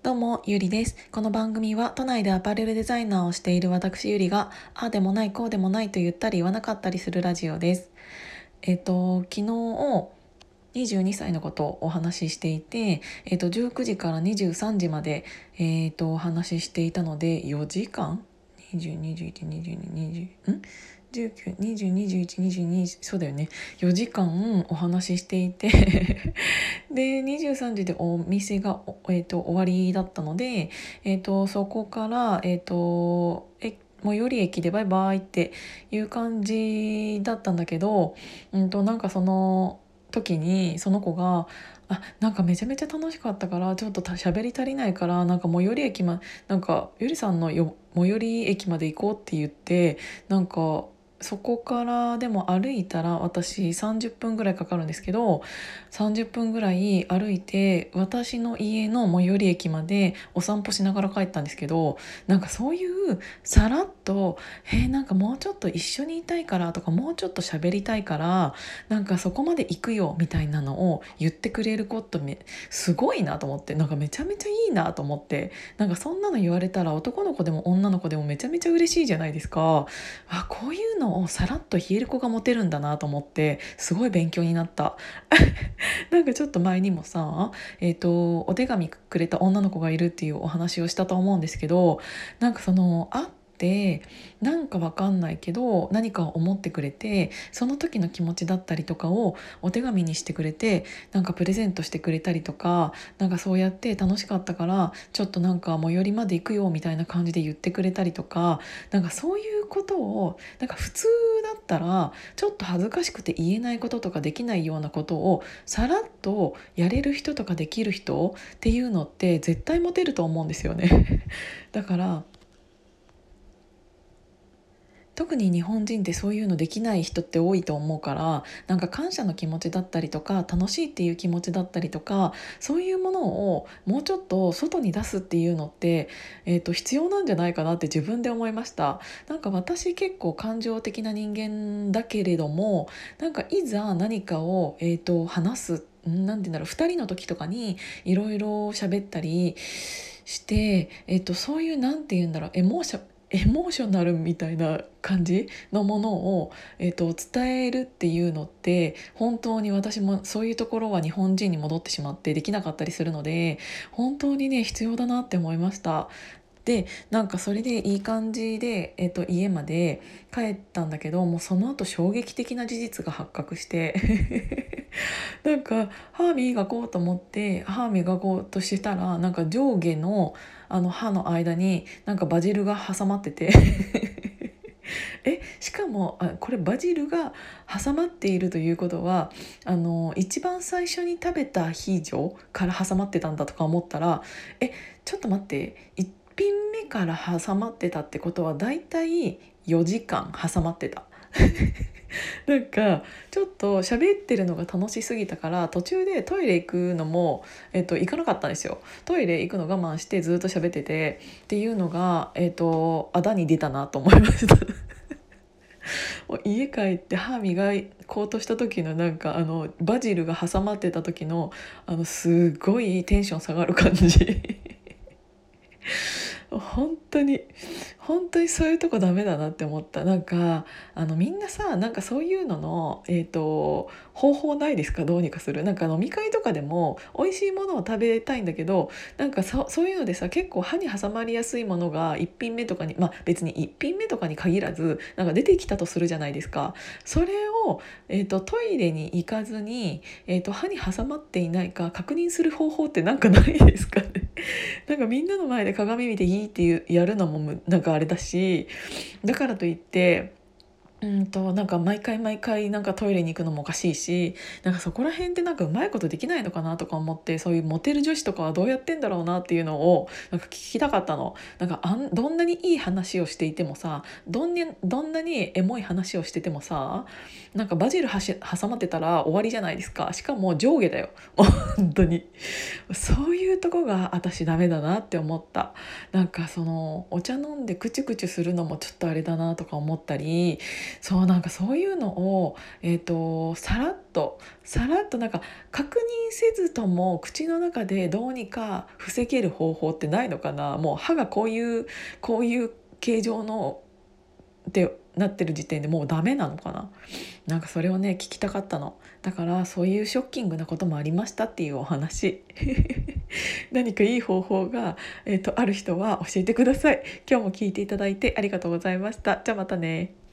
どうも、ゆりです。この番組は都内でアパレルデザイナーをしている私ゆりが、ああでもないこうでもないと言ったり言わなかったりするラジオです。昨日22歳のことをお話ししていて、19時から23時まで、お話ししていたので、4時間 ?20、21、22、20、19、20、21、22、そうだよね。4時間お話ししていてで、23時でお店が、終わりだったので、そこから、最寄り駅でバイバイっていう感じだったんだけど、なんかその時にその子がなんかめちゃめちゃ楽しかったからちょっと喋り足りないからなんか最寄り駅なんかゆりさんの最寄り駅まで行こうって言って、なんかそこからでも歩いたら私30分ぐらいかかるんですけど、30分ぐらい歩いて私の家の最寄り駅までお散歩しながら帰ったんですけど、なんかそういうさらっとなんかもうちょっと一緒にいたいからとかもうちょっと喋りたいからなんかそこまで行くよみたいなのを言ってくれることすごいなと思って、なんかめちゃめちゃいいなと思って、なんかそんなの言われたら男の子でも女の子でもめちゃめちゃ嬉しいじゃないですか。こういうのをさらっと言える子がモテるんだなと思ってすごい勉強になったなんかちょっと前にもさ、お手紙くれた女の子がいるっていうお話をしたと思うんですけど、なんかその会ってなんかわかんないけど何かを思ってくれて、その時の気持ちだったりとかをお手紙にしてくれて、なんかプレゼントしてくれたりとか、なんかそうやって楽しかったからちょっとなんか最寄りまで行くよみたいな感じで言ってくれたりとか、なんかそういうことをなんか普通だったらちょっと恥ずかしくて言えないこととかできないようなことをさらっとやれる人とかできる人っていうのって絶対モテると思うんですよねだから特に日本人ってそういうのできない人って多いと思うから、なんか感謝の気持ちだったりとか楽しいっていう気持ちだったりとか、そういうものをもうちょっと外に出すっていうのって、必要なんじゃないかなって自分で思いました。なんか私結構感情的な人間だけれども、なんかいざ何かを、話すなんて言うんだろう、2人の時とかにいろいろ喋ったりして、そういうなんて言うんだろう、エモーショナルみたいな感じのものを、伝えるっていうのって本当に私もそういうところは日本人に戻ってしまってできなかったりするので、本当にね必要だなって思いました。でなんかそれでいい感じで、家まで帰ったんだけど、もうその後衝撃的な事実が発覚してなんか歯磨こうと思って歯磨こうとしたら、なんか上下の歯の間になんかバジルが挟まっててしかもこれバジルが挟まっているということは一番最初に食べたアヒージョから挟まってたんだとか思ったら、ちょっと待って、1品目から挟まってたってことはだいたい4時間挟まってたなんかちょっと喋ってるのが楽しすぎたから途中でトイレ行くのも、行かなかったんですよ。トイレ行くの我慢してずっと喋っててっていうのが、あだに出たなと思いましたもう家帰って歯磨こうとした時のなんかバジルが挟まってた時のすごいテンション下がる感じ本当に本当にそういうとこダメだなって思った。なんかみんなさ、なんかそういうのの、方法ないですか？どうにかする。なんか飲み会とかでも美味しいものを食べたいんだけど、なんかそういうのでさ、結構歯に挟まりやすいものが1品目とかに、まあ別に1品目とかに限らずなんか出てきたとするじゃないですか。それを、トイレに行かずに、歯に挟まっていないか確認する方法ってなんかないですかね？なんかみんなの前で鏡見ていいってやるのもなんかあれだし、だからといってなんか毎回毎回なんかトイレに行くのもおかしいし、なんかそこら辺ってなんかうまいことできないのかなとか思って、そういうモテる女子とかはどうやってんだろうなっていうのをなんか聞きたかったの。なんかどんなにいい話をしていてもさ、どんなにエモい話をしててもさ、なんかバジル挟まってたら終わりじゃないですか。しかも上下だよ本当に。そういうとこが私ダメだなって思った。なんかそのお茶飲んでクチュクチュするのもちょっとあれだなとか思ったり、 そうなんかそういうのを、さらっとなんか確認せずとも口の中でどうにか防げる方法ってないのかな。もう歯がこういう形状のってなってる時点でもうダメなのかな。なんかそれをね聞きたかったの。だからそういうショッキングなこともありましたっていうお話。何かいい方法が、ある人は教えてください。今日も聞いていただいてありがとうございました。じゃあまたね。